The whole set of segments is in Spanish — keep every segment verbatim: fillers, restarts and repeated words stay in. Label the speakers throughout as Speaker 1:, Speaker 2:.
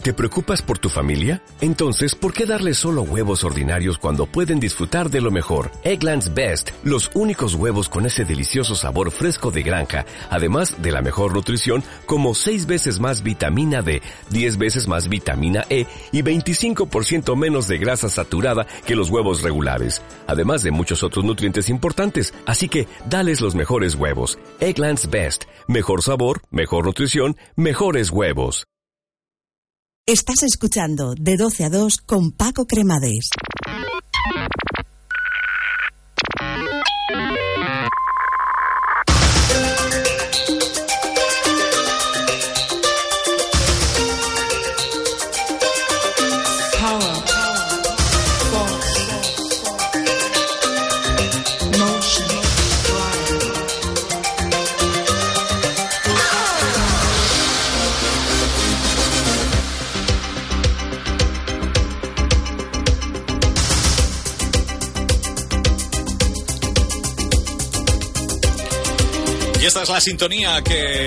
Speaker 1: ¿Te preocupas por tu familia? Entonces, ¿por qué darles solo huevos ordinarios cuando pueden disfrutar de lo mejor? Eggland's Best, los únicos huevos con ese delicioso sabor fresco de granja, además de la mejor nutrición, como seis veces más vitamina D, diez veces más vitamina E y veinticinco por ciento menos de grasa saturada que los huevos regulares, además de muchos otros nutrientes importantes. Así que, dales los mejores huevos. Eggland's Best, mejor sabor, mejor nutrición, mejores huevos.
Speaker 2: Estás escuchando De doce a dos con Paco Cremades.
Speaker 3: Y esta es la sintonía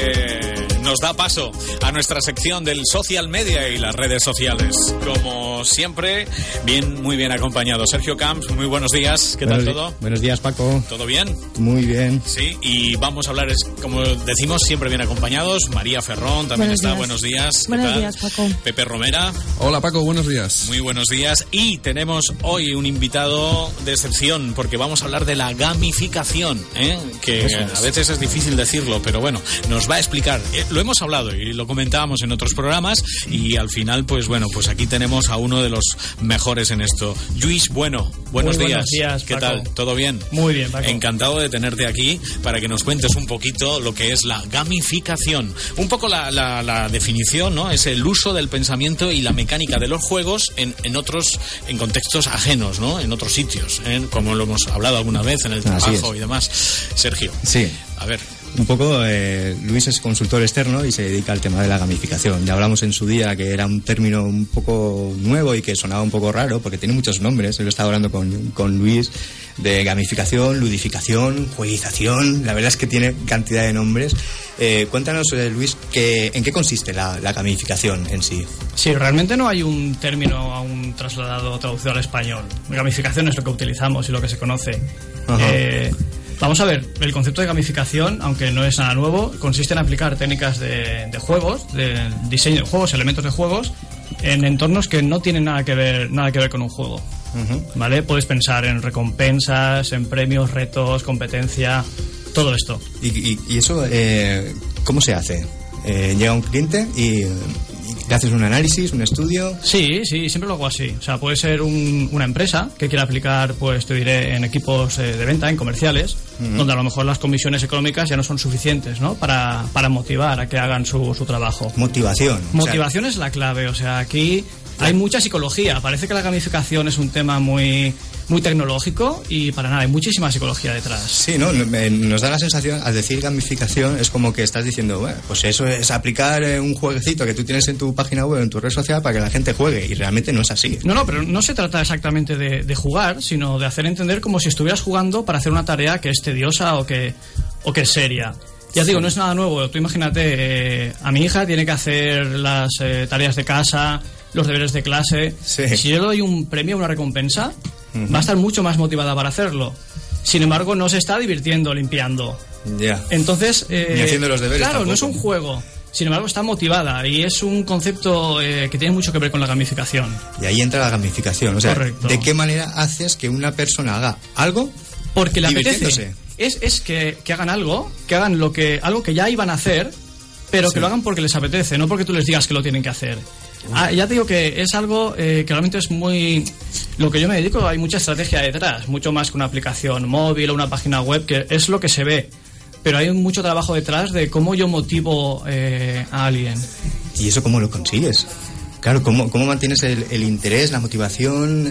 Speaker 3: que nos da paso a nuestra sección del social media y las redes sociales. Como siempre, bien, muy bien acompañado. Sergio Camps, muy buenos días. ¿Qué
Speaker 4: buenos
Speaker 3: tal todo?
Speaker 4: Di- buenos días, Paco.
Speaker 3: ¿Todo bien?
Speaker 4: Muy bien.
Speaker 3: Sí, y vamos a hablar, es, como decimos, siempre bien acompañados. María Ferrón también
Speaker 5: buenos
Speaker 3: está.
Speaker 5: Días.
Speaker 3: Buenos días. ¿Qué
Speaker 5: Buenos
Speaker 3: tal?
Speaker 5: días, Paco.
Speaker 3: Pepe Romera.
Speaker 6: Hola, Paco, buenos días.
Speaker 3: Muy buenos días. Y tenemos hoy un invitado de excepción, porque vamos a hablar de la gamificación, ¿eh? que a veces es difícil decirlo, pero bueno, nos va a explicar. Eh, lo hemos hablado y lo comentábamos en otros programas, y al final, pues bueno, pues aquí tenemos a uno de los mejores en esto. Luis Bueno, buenos
Speaker 7: Muy
Speaker 3: días.
Speaker 7: buenos días,
Speaker 3: ¿Qué
Speaker 7: Paco.
Speaker 3: tal? ¿Todo bien?
Speaker 7: Muy bien, Paco.
Speaker 3: Encantado de tenerte aquí para que nos cuentes un poquito lo que es la gamificación. Un poco la, la, la definición, ¿no? Es el uso del pensamiento y la mecánica de los juegos en, en otros, en contextos ajenos, ¿no? En otros sitios, ¿eh? Como lo hemos hablado alguna vez en el trabajo y demás. Sergio.
Speaker 4: Sí.
Speaker 3: A ver.
Speaker 4: Un poco, eh, Luis es consultor externo y se dedica al tema de la gamificación. Ya hablamos en su día que era un término un poco nuevo y que sonaba un poco raro porque tiene muchos nombres. Yo he estado hablando con, con Luis de gamificación, ludificación, jueguización. La verdad es que tiene cantidad de nombres. Eh, cuéntanos, eh, Luis, que, ¿en qué consiste la, la gamificación en sí?
Speaker 7: Sí, realmente no hay un término aún trasladado o traducido al español. Gamificación es lo que utilizamos y lo que se conoce. Eh, vamos a ver, el concepto de gamificación, aunque no es nada nuevo, consiste en aplicar técnicas de, de juegos, de diseño de juegos, elementos de juegos, en entornos que no tienen nada que ver, nada que ver con un juego. Uh-huh. ¿Vale? Puedes pensar en recompensas, en premios, retos, competencia, todo esto.
Speaker 4: ¿Y, y, y eso eh, cómo se hace? Eh, llega un cliente y... ¿Le haces un análisis, un estudio?
Speaker 7: Sí, sí, siempre lo hago así. O sea, puede ser un, una empresa que quiera aplicar, pues te diré, en equipos eh, de venta, en comerciales, uh-huh. donde a lo mejor las comisiones económicas ya no son suficientes, ¿no? Para, para motivar a que hagan su, su trabajo.
Speaker 4: Motivación.
Speaker 7: Motivación
Speaker 4: o sea...
Speaker 7: es la clave. O sea, aquí hay mucha psicología. Parece que la gamificación es un tema muy... muy tecnológico y para nada, hay muchísima psicología detrás.
Speaker 4: Sí, ¿no? Nos da la sensación, al decir gamificación, es como que estás diciendo, bueno, pues eso es aplicar un jueguecito que tú tienes en tu página web, en tu red social, para que la gente juegue, y realmente no es así.
Speaker 7: No, no, pero no se trata exactamente de, de jugar, sino de hacer entender como si estuvieras jugando para hacer una tarea que es tediosa o que, o que es seria. Ya te digo, no es nada nuevo. Tú imagínate, eh, a mi hija tiene que hacer las eh, tareas de casa, los deberes de clase.
Speaker 4: Sí.
Speaker 7: Si yo le doy un premio, una recompensa, uh-huh. va a estar mucho más motivada para hacerlo. Sin embargo, no se está divirtiendo limpiando.
Speaker 4: Ya. Yeah.
Speaker 7: Entonces, eh,
Speaker 4: ni haciendo los deberes
Speaker 7: claro,
Speaker 4: tampoco.
Speaker 7: No es un juego. Sin embargo, está motivada y es un concepto eh, que tiene mucho que ver con la gamificación.
Speaker 4: Y ahí entra la gamificación. O sea,
Speaker 7: correcto.
Speaker 4: ¿De qué manera haces que una persona haga algo?
Speaker 7: Porque le apetece. Es, es que, que hagan algo, que hagan lo que, algo que ya iban a hacer, pero sí. que lo hagan porque les apetece, no porque tú les digas que lo tienen que hacer. Ah, ya te digo que es algo eh, que realmente es muy... Lo que yo me dedico, hay mucha estrategia detrás, mucho más que una aplicación móvil o una página web, que es lo que se ve. Pero hay mucho trabajo detrás de cómo yo motivo eh, a alguien.
Speaker 4: ¿Y eso cómo lo consigues? Claro, ¿cómo, cómo mantienes el, el interés, la motivación,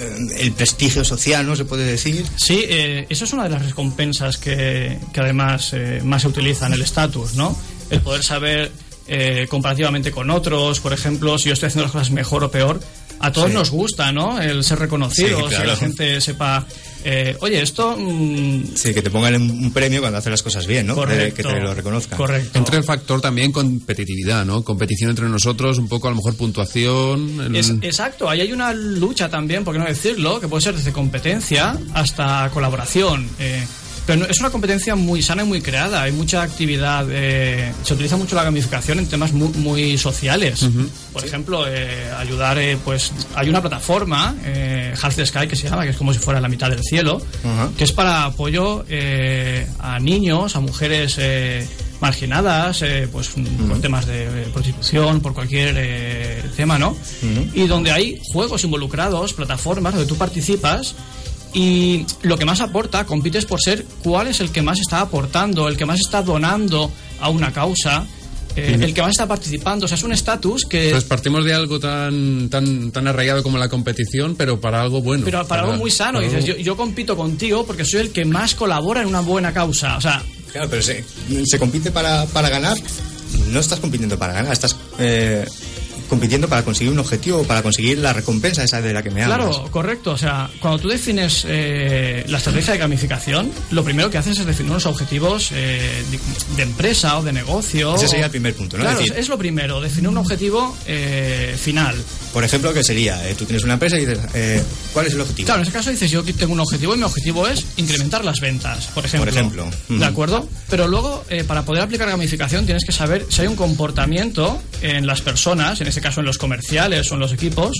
Speaker 4: el prestigio social, ¿no? Se puede decir.
Speaker 7: Sí, eh, eso es una de las recompensas que, que además eh, más se utiliza en el estatus, ¿no? El poder saber eh, comparativamente con otros, por ejemplo, si yo estoy haciendo las cosas mejor o peor. A todos sí. nos gusta, ¿no? El ser reconocidos, sí, claro. que la gente sepa Eh, oye, esto... Mmm...
Speaker 4: Sí, que te pongan un premio cuando haces las cosas bien, ¿no?
Speaker 7: Correcto.
Speaker 4: Que te lo reconozcan.
Speaker 7: Correcto.
Speaker 5: Entra el factor también competitividad, ¿no? Competición entre nosotros, un poco a lo mejor puntuación... El...
Speaker 7: Es, exacto, ahí hay una lucha también, por qué no decirlo, que puede ser desde competencia hasta colaboración. Eh, pero es una competencia muy sana y muy creada. Hay mucha actividad, eh, se utiliza mucho la gamificación en temas muy, muy sociales. Uh-huh. Por sí. ejemplo, eh, ayudar, eh, pues hay una plataforma, eh, Half the Sky, que se llama, que es como si fuera la mitad del cielo, uh-huh. que es para apoyo eh, a niños, a mujeres eh, marginadas, eh, pues uh-huh. por temas de eh, prostitución, por cualquier eh, tema, ¿no? Uh-huh. Y donde hay juegos involucrados, plataformas donde tú participas. Y lo que más aporta, compites por ser cuál es el que más está aportando, el que más está donando a una causa, eh, mm. el que más está participando. O sea, es un estatus que...
Speaker 5: Pues partimos de algo tan tan tan arraigado como la competición, pero para algo bueno.
Speaker 7: Pero para, para algo muy sano. Dices, algo... yo, yo compito contigo porque soy el que más colabora en una buena causa. O sea...
Speaker 4: Claro, pero se, se compite para, para ganar. No estás compitiendo para ganar, estás... Eh... compitiendo para conseguir un objetivo, para conseguir la recompensa esa de la que me hablas.
Speaker 7: Claro, correcto. O sea, cuando tú defines eh, la estrategia de gamificación, lo primero que haces es definir unos objetivos eh, de, de empresa o de negocio.
Speaker 4: Ese sería el primer punto, ¿no?
Speaker 7: Claro,
Speaker 4: es, decir,
Speaker 7: es lo primero, definir un objetivo eh, final.
Speaker 4: Por ejemplo, ¿qué sería? Eh, tú tienes una empresa y dices, eh, ¿cuál es el objetivo?
Speaker 7: Claro, en ese caso dices, yo tengo un objetivo y mi objetivo es incrementar las ventas, por ejemplo.
Speaker 4: Por ejemplo.
Speaker 7: ¿De uh-huh. acuerdo? Pero luego, eh, para poder aplicar gamificación, tienes que saber si hay un comportamiento en las personas, en este caso en los comerciales o en los equipos,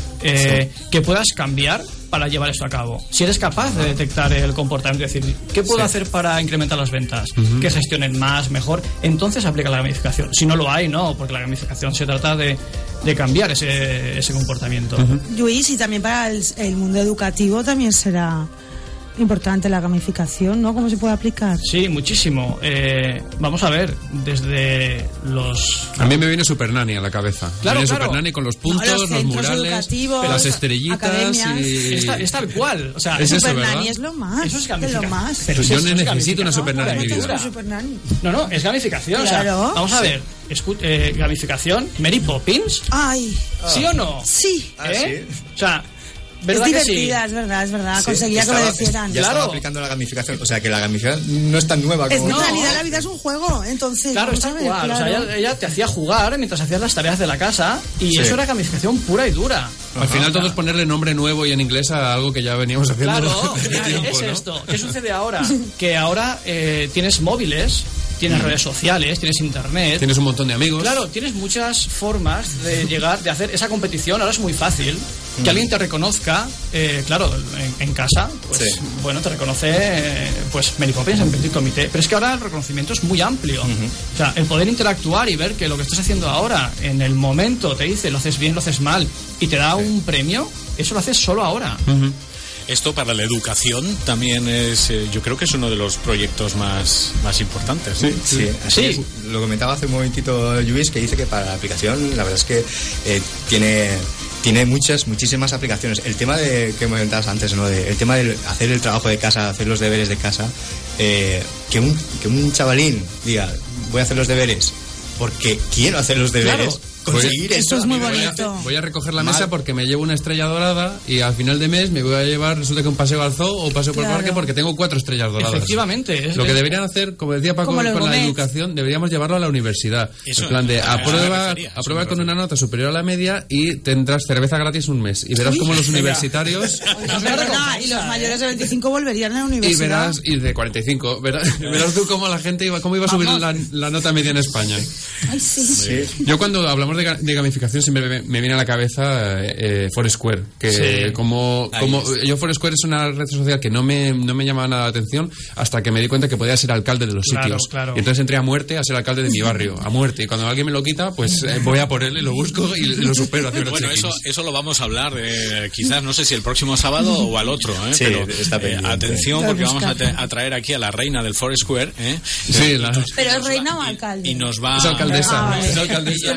Speaker 7: eh, sí. que puedas cambiar para llevar esto a cabo. Si eres capaz de detectar el comportamiento, es decir, ¿qué puedo sí. hacer para incrementar las ventas? Uh-huh. Que gestionen más, mejor. Entonces aplica la gamificación. Si no lo hay, no, porque la gamificación se trata de, de cambiar ese, ese comportamiento.
Speaker 6: Uh-huh. Luis, y también para el, el mundo educativo también será importante la gamificación, ¿no? ¿Cómo se puede aplicar?
Speaker 7: Sí, muchísimo. Eh, vamos a ver, desde los...
Speaker 5: A mí me viene Supernanny a la cabeza.
Speaker 7: Claro,
Speaker 5: viene
Speaker 7: claro.
Speaker 5: Supernanny con los puntos, no, los, los murales, las estrellitas y...
Speaker 7: Es, es tal cual. O sea,
Speaker 5: es
Speaker 6: Supernanny
Speaker 5: eso,
Speaker 6: es lo más.
Speaker 7: Eso es gamificación.
Speaker 6: Es lo más.
Speaker 5: Pero yo no necesito una Supernanny en mi vida.
Speaker 7: No, no, es gamificación. Claro. O sea, vamos a ver. Escu- eh, gamificación, Mary Poppins.
Speaker 6: Ay.
Speaker 7: ¿Sí o no?
Speaker 6: Sí.
Speaker 7: ¿Eh?
Speaker 4: Sí.
Speaker 7: O sea...
Speaker 6: Es divertida, sí? es verdad, es verdad. Sí, Conseguía estaba, que obedecieran.
Speaker 4: Ya
Speaker 7: claro.
Speaker 4: estaba aplicando la gamificación. O sea, que la gamificación no es tan nueva como...
Speaker 6: Es que en realidad la vida es un juego, entonces...
Speaker 7: Claro, está igual. Claro. O sea, ella, ella te hacía jugar mientras hacías las tareas de la casa y sí. eso era gamificación pura y dura.
Speaker 5: Al Ajá, final todo es ponerle nombre nuevo y en inglés a algo que ya veníamos haciendo.
Speaker 7: Claro,
Speaker 5: tiempo,
Speaker 7: es
Speaker 5: ¿no?
Speaker 7: esto. ¿Qué sucede ahora? Que ahora eh, tienes móviles... Tienes redes sociales, tienes internet.
Speaker 5: Tienes un montón de amigos.
Speaker 7: Claro, tienes muchas formas de llegar, de hacer esa competición. Ahora es muy fácil que mm. alguien te reconozca. Eh, claro, en, en casa, pues sí. bueno, te reconoce, eh, pues Mary Poppins en Petit Comité. Pero es que ahora el reconocimiento es muy amplio. Uh-huh. O sea, el poder interactuar y ver que lo que estás haciendo ahora, en el momento te dice lo haces bien, lo haces mal, y te da sí. un premio, eso lo haces solo ahora.
Speaker 3: Uh-huh. Esto para la educación también es, eh, yo creo que es uno de los proyectos más, más importantes, ¿no?
Speaker 4: Sí, sí, así sí. Es. Lo comentaba hace un momentito Luis, que dice que para la aplicación, la verdad es que eh, tiene... Tiene muchas, muchísimas aplicaciones. El tema de que comentabas antes, ¿no? De, el tema de hacer el trabajo de casa, hacer los deberes de casa, eh, que un que un chavalín diga, voy a hacer los deberes porque quiero hacer los deberes. Claro. Conseguir
Speaker 6: voy, eso es muy bonito.
Speaker 5: Voy a, voy a recoger la mesa Mal. porque me llevo una estrella dorada y al final de mes me voy a llevar, resulta que un paseo al zoo o un paseo por claro. el parque porque tengo cuatro estrellas doradas.
Speaker 7: Efectivamente. Es,
Speaker 5: lo que
Speaker 7: es,
Speaker 5: deberían hacer, como decía Paco, con la educación, deberíamos llevarlo a la universidad. Eso, en plan de aprueba, refería, aprueba con una nota superior a la media y tendrás cerveza gratis un mes. Y verás cómo los universitarios...
Speaker 6: no, perdona, y los mayores de veinticinco volverían a la universidad.
Speaker 5: Y verás, y de cuarenta y cinco, verás, verás tú cómo la gente iba, cómo iba a subir la, la nota media en España.
Speaker 6: Ay, sí.
Speaker 5: sí. Yo cuando hablamos de, de gamificación siempre me, me viene a la cabeza eh, Foursquare, que sí. como, como yo Foursquare es una red social que no me, no me llamaba nada la atención hasta que me di cuenta que podía ser alcalde de los
Speaker 7: claro,
Speaker 5: sitios.
Speaker 7: Claro.
Speaker 5: Y entonces entré a muerte a ser alcalde de mi barrio, a muerte. Y cuando alguien me lo quita, pues eh, voy a por él y lo busco y lo supero.
Speaker 3: Bueno, eso, eso lo vamos a hablar eh, quizás, no sé si el próximo sábado o al otro. Eh,
Speaker 4: sí,
Speaker 3: pero
Speaker 4: está
Speaker 3: eh, atención porque vamos a, te, a traer aquí a la reina del Foursquare. Eh,
Speaker 5: sí, la...
Speaker 6: Pero es reina o alcalde.
Speaker 3: Y nos va...
Speaker 5: Es alcaldesa.
Speaker 6: Ah,
Speaker 5: es alcaldesa.
Speaker 6: Eso no es lo mismo.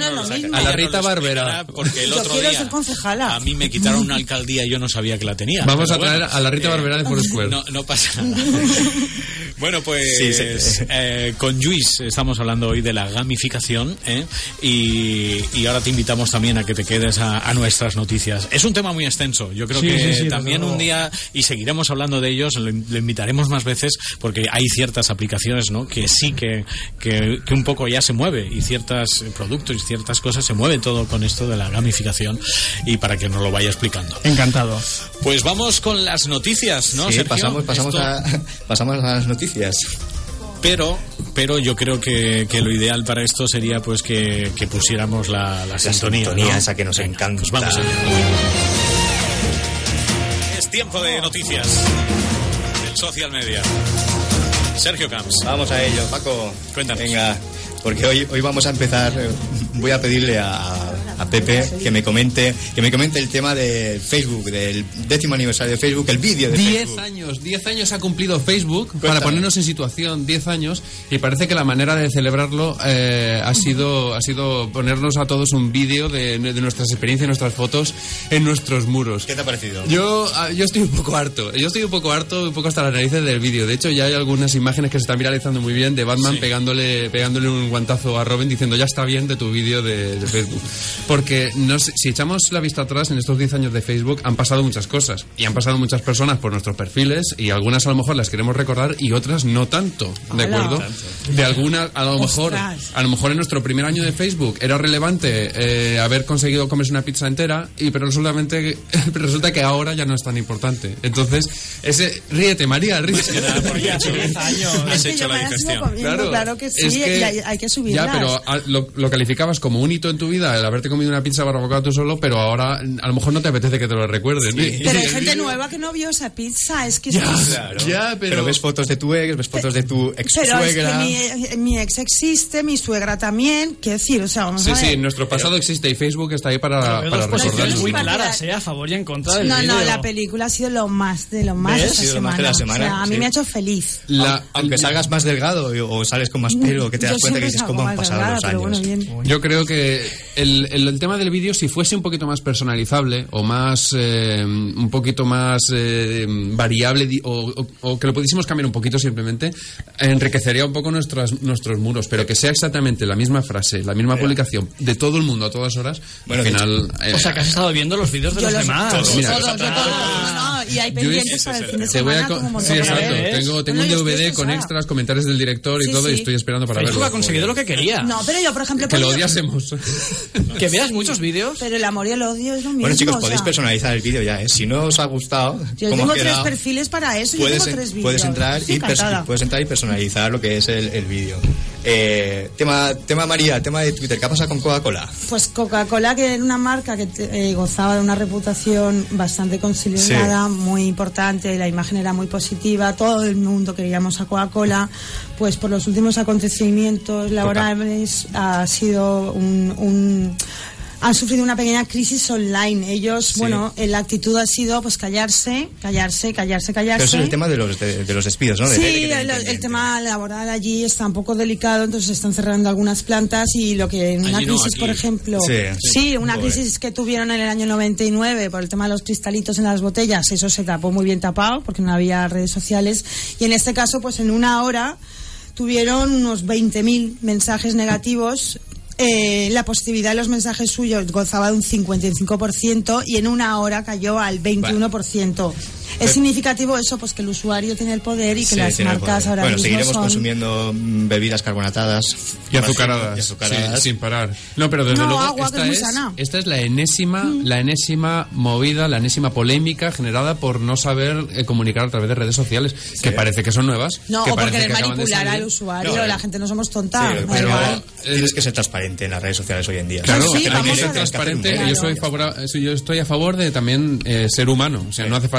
Speaker 5: a la Rita Barbera.
Speaker 3: Porque el
Speaker 6: yo
Speaker 3: otro
Speaker 6: quiero
Speaker 3: día
Speaker 6: ser concejala.
Speaker 3: a mí me quitaron una alcaldía y yo no sabía que la tenía.
Speaker 5: Vamos a traer
Speaker 3: bueno,
Speaker 5: a la Rita
Speaker 3: eh,
Speaker 5: Barbera de Foursquare.
Speaker 3: No, no pasa nada. Bueno, pues
Speaker 4: sí, sí.
Speaker 3: Eh, con Lluís estamos hablando hoy de la gamificación, ¿eh? y, y ahora te invitamos también a que te quedes a, a nuestras noticias. Es un tema muy extenso, yo creo
Speaker 7: sí,
Speaker 3: que
Speaker 7: sí, sí,
Speaker 3: también un día, y seguiremos hablando de ellos, lo, lo invitaremos más veces, porque hay ciertas aplicaciones, ¿no?, que sí que, que, que un poco ya se mueve, y ciertos productos y ciertas cosas se mueve todo con esto de la gamificación, y para que nos lo vaya explicando.
Speaker 7: Encantado.
Speaker 3: Pues vamos con las noticias, ¿no,
Speaker 4: sí,
Speaker 3: Sergio?
Speaker 4: pasamos, pasamos,
Speaker 3: Esto...
Speaker 4: a, pasamos a las noticias.
Speaker 3: Pero, pero yo creo que, que lo ideal para esto sería pues que, que pusiéramos la, la, la sintonía,
Speaker 4: sintonía
Speaker 3: ¿no?
Speaker 4: esa que nos
Speaker 3: Venga,
Speaker 4: encanta.
Speaker 3: Pues vamos allá. Es tiempo de noticias del social media. Sergio Camps.
Speaker 4: Vamos a ello, Paco.
Speaker 3: Cuéntanos.
Speaker 4: Venga, porque hoy, hoy vamos a empezar. Voy a pedirle a, a Pepe que me comente que me comente el tema de Facebook, del décimo aniversario de Facebook, el vídeo de
Speaker 5: diez
Speaker 4: Facebook.
Speaker 5: años, diez años ha cumplido Facebook.
Speaker 4: Cuéntame.
Speaker 5: Para ponernos en situación, diez años, y parece que la manera de celebrarlo eh, ha sido ha sido ponernos a todos un vídeo de, de nuestras experiencias, nuestras fotos en nuestros muros.
Speaker 4: ¿Qué te ha parecido?
Speaker 5: Yo, yo estoy un poco harto, yo estoy un poco harto, un poco hasta las narices del vídeo. De hecho, ya hay algunas imágenes que se están viralizando muy bien de Batman sí. pegándole pegándole un guantazo a Robin diciendo ya está bien de tu vídeo de, de Facebook. Porque no sé, si echamos la vista atrás, en estos diez años de Facebook han pasado muchas cosas, y han pasado muchas personas por nuestros perfiles, y algunas a lo mejor las queremos recordar y otras no tanto, ¿de acuerdo? De algunas, a lo mejor a lo mejor en nuestro primer año de Facebook era relevante eh, haber conseguido comerse una pizza entera, y pero resulta, resulta que ahora ya no es tan importante. Entonces, ese ríete, María, ríete.
Speaker 3: Nada, porque has hecho diez años, has hecho la digestión.
Speaker 6: Claro, claro que sí, es que, y hay, hay que subirlas.
Speaker 5: Ya, pero a, lo, lo calificabas como un hito en tu vida el haberte comido una pizza barbacoa tú solo, pero ahora a lo mejor no te apetece que te lo recuerden.
Speaker 6: Sí. ¿eh? Pero hay gente nueva que no vio esa pizza, es que...
Speaker 5: Ya,
Speaker 6: es...
Speaker 5: claro. ya pero...
Speaker 4: pero ves fotos de tu ex, ves fotos de tu ex
Speaker 6: pero
Speaker 4: suegra.
Speaker 6: Es que mi, mi ex existe, mi suegra también, quiero decir, o sea, vamos
Speaker 5: sí,
Speaker 6: a ver.
Speaker 5: Sí, sí, nuestro pasado pero... existe, y Facebook está ahí para,
Speaker 7: pero
Speaker 5: para recordarlo.
Speaker 7: muy claras, ¿eh? A favor y en contra del
Speaker 6: No,
Speaker 7: vídeo.
Speaker 6: no, la película ha sido lo más de lo más de esta
Speaker 4: sido
Speaker 6: semana.
Speaker 4: Lo más de la semana.
Speaker 6: O sea, a mí
Speaker 4: sí.
Speaker 6: me ha hecho feliz.
Speaker 4: La, aunque salgas más delgado o sales con más pelo, que te das
Speaker 6: Yo
Speaker 4: cuenta que dices cómo han pasado delgada, los años.
Speaker 6: Bueno, bien.
Speaker 5: Yo creo que el, el, el tema del vídeo, si fuese un poquito más personalizable o más eh, un poquito más eh, variable o, o, o que lo pudiésemos cambiar un poquito simplemente, enriquecería un poco nuestras, nuestros muros, pero que sea exactamente la misma frase, la misma publicación de todo el mundo a todas horas, bueno, al final...
Speaker 7: Eh, o sea, que has estado viendo los vídeos de los, los demás.
Speaker 6: Todos,
Speaker 5: Mira,
Speaker 6: todos, todos, todos, no, no, y hay pendientes para el fin de semana como
Speaker 5: Sí, exacto, tengo, tengo
Speaker 6: bueno,
Speaker 5: un D V D con extras, comentarios del director y sí, todo, sí. y estoy esperando para
Speaker 7: Facebook
Speaker 5: verlo.
Speaker 7: ha conseguido lo que quería.
Speaker 6: No, pero yo, por ejemplo...
Speaker 5: Que lo odiásemos.
Speaker 7: Que veas muchos vídeos.
Speaker 6: Pero el amor y el odio es lo mismo.
Speaker 4: Bueno, chicos,
Speaker 6: o sea,
Speaker 4: podéis personalizar el vídeo ya, ¿eh? Si no os ha gustado...
Speaker 6: Yo tengo tres perfiles para eso, yo tengo tres vídeos.
Speaker 4: Puedes entrar, y puedes entrar y personalizar lo que es el, el vídeo. Eh, tema, tema María, tema de Twitter, ¿qué ha pasado con Coca-Cola?
Speaker 6: Pues Coca-Cola, que era una marca que eh, gozaba de una reputación bastante consolidada, sí. muy importante, la imagen era muy positiva, todo el mundo queríamos a Coca-Cola, pues por los últimos acontecimientos laborales Coca. ha sido un... un han sufrido una pequeña crisis online. Ellos, sí. bueno, la actitud ha sido pues callarse, callarse, callarse, callarse.
Speaker 4: Pero eso es el tema de los, de, de los despidos, ¿no? De
Speaker 6: sí, el, el tema laboral allí está un poco delicado, entonces están cerrando algunas plantas y lo que una allí crisis, no, por ejemplo, sí, sí, sí una Pobre. crisis que tuvieron en el año noventa y nueve por el tema de los cristalitos en las botellas, eso se tapó muy bien tapado porque no había redes sociales, y en este caso, pues en una hora tuvieron unos veinte mil mensajes negativos. Eh, la positividad de los mensajes suyos gozaba de un cincuenta y cinco por ciento y en una hora cayó al veintiuno por ciento. Vale. Es significativo eso, pues que el usuario tiene el poder y que sí, las marcas ahora
Speaker 4: bueno,
Speaker 6: mismo
Speaker 4: seguiremos
Speaker 6: son...
Speaker 4: consumiendo bebidas carbonatadas
Speaker 5: y azucaradas,
Speaker 4: y azucaradas.
Speaker 5: Sí, sin parar. No, pero desde
Speaker 6: no,
Speaker 5: luego
Speaker 6: agua,
Speaker 5: esta
Speaker 6: que
Speaker 5: es,
Speaker 6: es sana.
Speaker 5: esta es la enésima, mm. la enésima movida, la enésima polémica generada por no saber eh, comunicar a través de redes sociales, sí. que parece que son nuevas.
Speaker 6: No,
Speaker 5: que
Speaker 6: o por querer
Speaker 5: que
Speaker 6: manipular al usuario, no, la gente no somos tonta.
Speaker 4: Sí, pero no, tienes que ser transparente en las redes sociales hoy en día.
Speaker 5: Claro,
Speaker 6: sí,
Speaker 5: hay que ser transparente. Claro. Yo soy favor, yo estoy a favor de también eh, ser humano, o sea, no hace falta de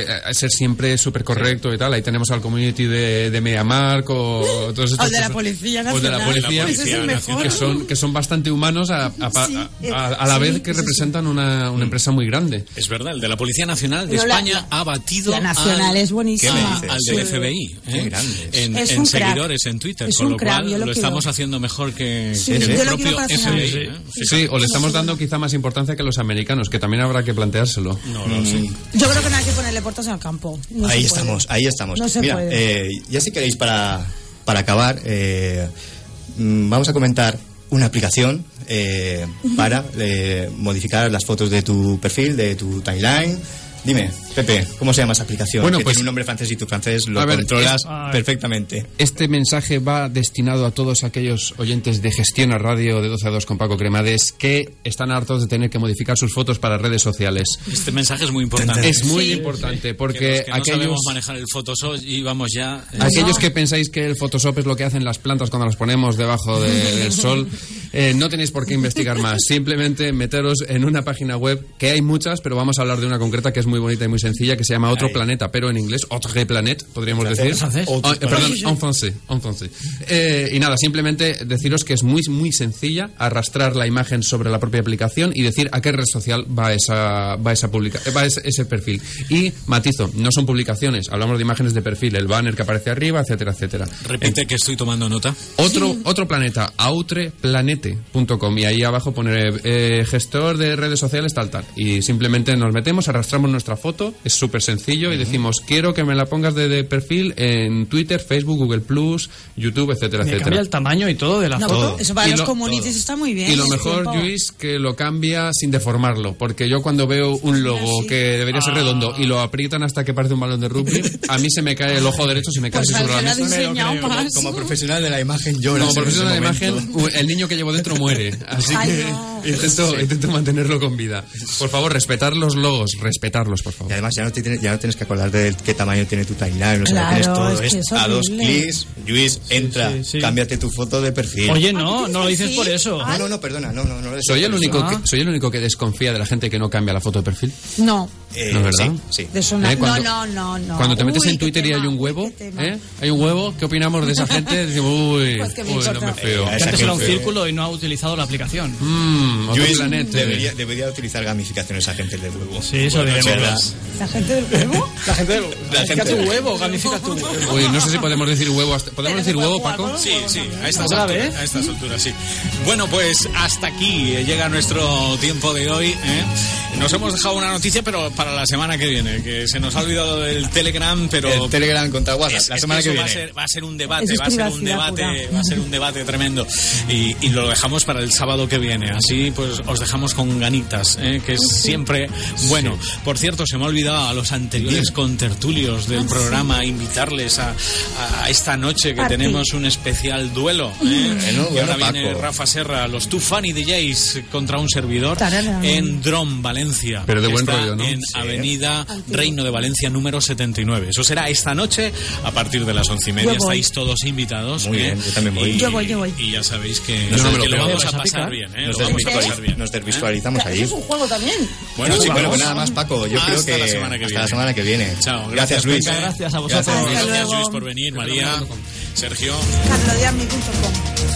Speaker 5: que ser siempre súper correcto y tal. Ahí tenemos al community de, de MediaMarkt o todos estos.
Speaker 6: O de la Policía Nacional.
Speaker 5: O de la Policía,
Speaker 6: la policía es mejor.
Speaker 5: que son que son bastante humanos a, a, a,
Speaker 6: Sí,
Speaker 5: a, a la
Speaker 6: sí,
Speaker 5: vez que
Speaker 6: sí,
Speaker 5: representan una, una empresa muy grande.
Speaker 3: Es verdad, el de la Policía Nacional de
Speaker 6: No, la-
Speaker 3: España ha batido
Speaker 6: la nacional
Speaker 3: al,
Speaker 6: es buenísima.
Speaker 3: al
Speaker 6: Sí.
Speaker 3: del F B I, ¿eh?
Speaker 4: Qué grande.
Speaker 3: en,
Speaker 6: Es
Speaker 3: en
Speaker 6: un crack.
Speaker 3: seguidores en Twitter,
Speaker 6: Es
Speaker 3: con
Speaker 6: un
Speaker 3: lo
Speaker 6: crack,
Speaker 3: cual
Speaker 6: yo
Speaker 3: lo,
Speaker 6: lo quiero.
Speaker 3: estamos haciendo mejor que,
Speaker 6: Sí,
Speaker 3: que
Speaker 6: yo
Speaker 3: el
Speaker 6: lo
Speaker 3: propio
Speaker 6: quiero para
Speaker 3: F B I.
Speaker 6: cenar.
Speaker 3: ¿eh?
Speaker 5: Sí, sí, o le estamos dando quizá más importancia que los americanos, que también habrá que planteárselo.
Speaker 3: No, no, sí.
Speaker 6: Yo creo que no hay que ponerle puertas al campo. No
Speaker 4: ahí
Speaker 6: se puede.
Speaker 4: estamos, ahí estamos.
Speaker 6: No se
Speaker 4: Mira,
Speaker 6: puede.
Speaker 4: eh, ya si queréis para, para acabar, eh, mm, vamos a comentar una aplicación eh, para eh, modificar las fotos de tu perfil, de tu timeline. Dime, Pepe, ¿cómo se llama esa aplicación?
Speaker 5: Bueno,
Speaker 4: que
Speaker 5: pues-
Speaker 4: tiene un nombre francés y tu francés lo
Speaker 5: A ver,
Speaker 4: controlas
Speaker 7: es-
Speaker 4: perfectamente.
Speaker 5: Este mensaje va destinado a todos aquellos oyentes de Gestión a Radio de doce a dos con Paco Cremades que están hartos de tener que modificar sus fotos para redes sociales.
Speaker 3: Este mensaje es muy importante.
Speaker 5: Es muy
Speaker 6: Sí.
Speaker 5: importante
Speaker 3: Que
Speaker 5: porque
Speaker 3: los que no
Speaker 5: aquellos,
Speaker 3: sabemos manejar el Photoshop y vamos ya... eh,
Speaker 5: aquellos
Speaker 6: No.
Speaker 5: que pensáis que el Photoshop es lo que hacen las plantas cuando las ponemos debajo de- del sol, eh, no tenéis por qué investigar más. Simplemente meteros en una página web, que hay muchas, pero vamos a hablar de una concreta que es muy bonita y muy sencilla, que se llama Otro
Speaker 4: Ahí.
Speaker 5: Planeta, pero en inglés, Autre Planet, podríamos
Speaker 4: ¿Francés?
Speaker 5: decir.
Speaker 7: ¿Francés?
Speaker 5: Ah, eh, perdón, en francés, en francés. Eh, y nada, simplemente deciros que es muy, muy sencilla arrastrar la imagen sobre la propia aplicación y decir a qué red social va esa, va esa publica, eh, va ese, ese perfil. Y matizo, no son publicaciones, hablamos de imágenes de perfil, el banner que aparece arriba, etcétera, etcétera.
Speaker 3: Repite que estoy tomando nota.
Speaker 5: Otro, otro planeta, autreplanete punto com, y ahí abajo pone eh, gestor de redes sociales tal tal, y simplemente nos metemos, arrastramos nuestra foto, es súper sencillo, y decimos quiero que me la pongas de, de perfil en Twitter, Facebook, Google Plus, YouTube, etcétera,
Speaker 7: Me
Speaker 5: etcétera.
Speaker 7: cambia el tamaño y todo de la
Speaker 6: No,
Speaker 7: foto.
Speaker 6: eso para
Speaker 5: Y
Speaker 6: los
Speaker 5: lo-
Speaker 6: communities está muy bien.
Speaker 5: Y lo
Speaker 6: ese
Speaker 5: mejor,
Speaker 6: tiempo.
Speaker 5: Luis, que lo cambia sin deformarlo, porque yo cuando veo un logo
Speaker 6: sí.
Speaker 5: que debería ser redondo y lo aprietan hasta que parece un balón de rugby, a mí se me cae el ojo derecho, se me cae
Speaker 6: Pues
Speaker 5: así sobre
Speaker 6: alguien
Speaker 5: la
Speaker 6: ha
Speaker 5: mesa.
Speaker 6: diseñado
Speaker 7: creo.
Speaker 6: más.
Speaker 4: Como profesional de la imagen lloras.
Speaker 5: Como
Speaker 4: en
Speaker 5: profesional de la
Speaker 4: ese
Speaker 5: imagen,
Speaker 4: momento.
Speaker 5: el niño que llevo dentro muere. Así
Speaker 6: Ay,
Speaker 5: que
Speaker 6: no.
Speaker 5: intento, intento mantenerlo con vida. Por favor, respetar los logos, respetarlos, por
Speaker 4: Y
Speaker 5: favor.
Speaker 4: además ya no, te tienes, ya no tienes que acordarte de qué tamaño tiene tu timeline, o sea,
Speaker 6: Claro,
Speaker 4: tienes todo
Speaker 6: es que
Speaker 4: es
Speaker 6: es
Speaker 4: a dos
Speaker 6: horrible.
Speaker 4: clics. Luis, entra,
Speaker 7: sí, sí.
Speaker 4: cámbiate tu foto de perfil.
Speaker 7: Oye, no, no lo dices
Speaker 6: Sí.
Speaker 7: por eso.
Speaker 4: No, no, no, perdona, no, no, no. es
Speaker 5: ¿Soy el,
Speaker 4: por eso.
Speaker 5: único
Speaker 7: Ah.
Speaker 5: que, ¿Soy el único que desconfía de la gente que no cambia la foto de perfil?
Speaker 6: No,
Speaker 4: Eh,
Speaker 5: ¿No es verdad?
Speaker 4: Sí, sí.
Speaker 6: de eso no.
Speaker 5: ¿Eh? Cuando-
Speaker 6: no, no, no, no.
Speaker 5: Cuando te metes
Speaker 6: Uy,
Speaker 5: en
Speaker 6: qué
Speaker 5: Twitter y
Speaker 6: tema,
Speaker 5: hay un
Speaker 6: uy,
Speaker 5: huevo,
Speaker 6: qué tema.
Speaker 5: ¿eh? Hay un huevo, ¿qué opinamos de esa gente? Decimos, uy,
Speaker 6: Pues que me
Speaker 5: uy, no
Speaker 6: importa.
Speaker 5: me feo.
Speaker 4: Eh,
Speaker 7: Que
Speaker 4: esa
Speaker 7: antes era un
Speaker 4: gente-
Speaker 7: círculo y no ha utilizado la aplicación.
Speaker 5: Mmm, otro
Speaker 4: Luis
Speaker 5: planeta.
Speaker 4: debería, debería utilizar gamificación esa gente del huevo.
Speaker 7: Sí, eso
Speaker 3: Bueno,
Speaker 7: diremos.
Speaker 3: chicas,
Speaker 6: ¿La gente del huevo?
Speaker 7: La gente del
Speaker 4: gente
Speaker 7: tu
Speaker 4: del-
Speaker 7: huevo, gamifica tu huevo.
Speaker 5: Uy, no sé si podemos decir huevo. hasta- ¿Podemos decir huevo, Paco?
Speaker 3: Sí, sí, a estas
Speaker 7: ¿Otra
Speaker 3: alturas,
Speaker 7: vez?
Speaker 3: a estas alturas, sí. Bueno, pues hasta aquí eh, llega nuestro tiempo de hoy. ¿eh? Nos hemos dejado una noticia, pero para la semana que viene, que se nos ha olvidado el Telegram, pero
Speaker 4: El Telegram contra WhatsApp,
Speaker 3: es-
Speaker 4: la
Speaker 3: es
Speaker 4: semana que
Speaker 3: eso
Speaker 4: viene.
Speaker 3: Va a, ser, va a ser un debate,
Speaker 6: Eso es
Speaker 3: va a ser un
Speaker 6: privacidad
Speaker 3: debate,
Speaker 6: pura.
Speaker 3: va a ser un debate tremendo. Y, y lo dejamos para el sábado que viene. Así pues os dejamos con ganitas, ¿eh? que es siempre bueno. Por cierto, se me ha olvidado a los anteriores contertulios del programa invitarles a, a esta noche que
Speaker 6: Party.
Speaker 3: tenemos un especial duelo. ¿eh?
Speaker 4: Bueno,
Speaker 3: y ahora
Speaker 4: bueno,
Speaker 3: viene
Speaker 4: Paco.
Speaker 3: Rafa Serra, los Too Funny D Js contra un servidor
Speaker 6: Tararán.
Speaker 3: en Drom, Valencia.
Speaker 5: Pero de
Speaker 3: que
Speaker 5: buen
Speaker 3: está
Speaker 5: rollo, ¿no?
Speaker 3: En
Speaker 5: Sí.
Speaker 3: Avenida Reino de Valencia número setenta y nueve. Eso será esta noche a partir de las once y media.
Speaker 6: Yo voy.
Speaker 3: Estáis todos invitados.
Speaker 4: Muy
Speaker 3: ¿eh?
Speaker 4: bien, yo también voy.
Speaker 3: Y,
Speaker 6: Yo voy, yo voy.
Speaker 3: Y ya sabéis que,
Speaker 5: Yo no me lo
Speaker 3: que lo
Speaker 5: creo.
Speaker 3: vamos a
Speaker 7: ¿Vas a
Speaker 3: pasar
Speaker 7: picar?
Speaker 3: bien. ¿eh?
Speaker 4: Nos
Speaker 3: Lo vamos a
Speaker 4: desvisualiz-
Speaker 3: pasar bien.
Speaker 4: nos
Speaker 3: ¿eh?
Speaker 4: desvisualizamos
Speaker 6: Eso
Speaker 4: ahí.
Speaker 6: es un juego también.
Speaker 4: Bueno,
Speaker 7: Pues
Speaker 4: sí, bueno,
Speaker 7: vamos.
Speaker 4: pues nada más, Paco. Yo creo
Speaker 3: Hasta
Speaker 4: que
Speaker 3: la semana que
Speaker 4: hasta
Speaker 3: viene.
Speaker 4: la semana que viene.
Speaker 3: Chao.
Speaker 4: Gracias, Luis.
Speaker 7: Venga, gracias a vosotros.
Speaker 6: Hasta
Speaker 3: Gracias,
Speaker 6: luego.
Speaker 3: Luis, por venir. María, Sergio.
Speaker 6: carlodiamni punto com.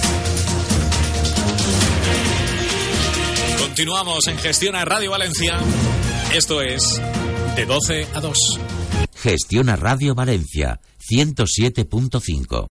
Speaker 3: Continuamos en Gestiona Radio Valencia. Esto es de doce a dos.
Speaker 8: Gestiona Radio Valencia ciento siete punto cinco.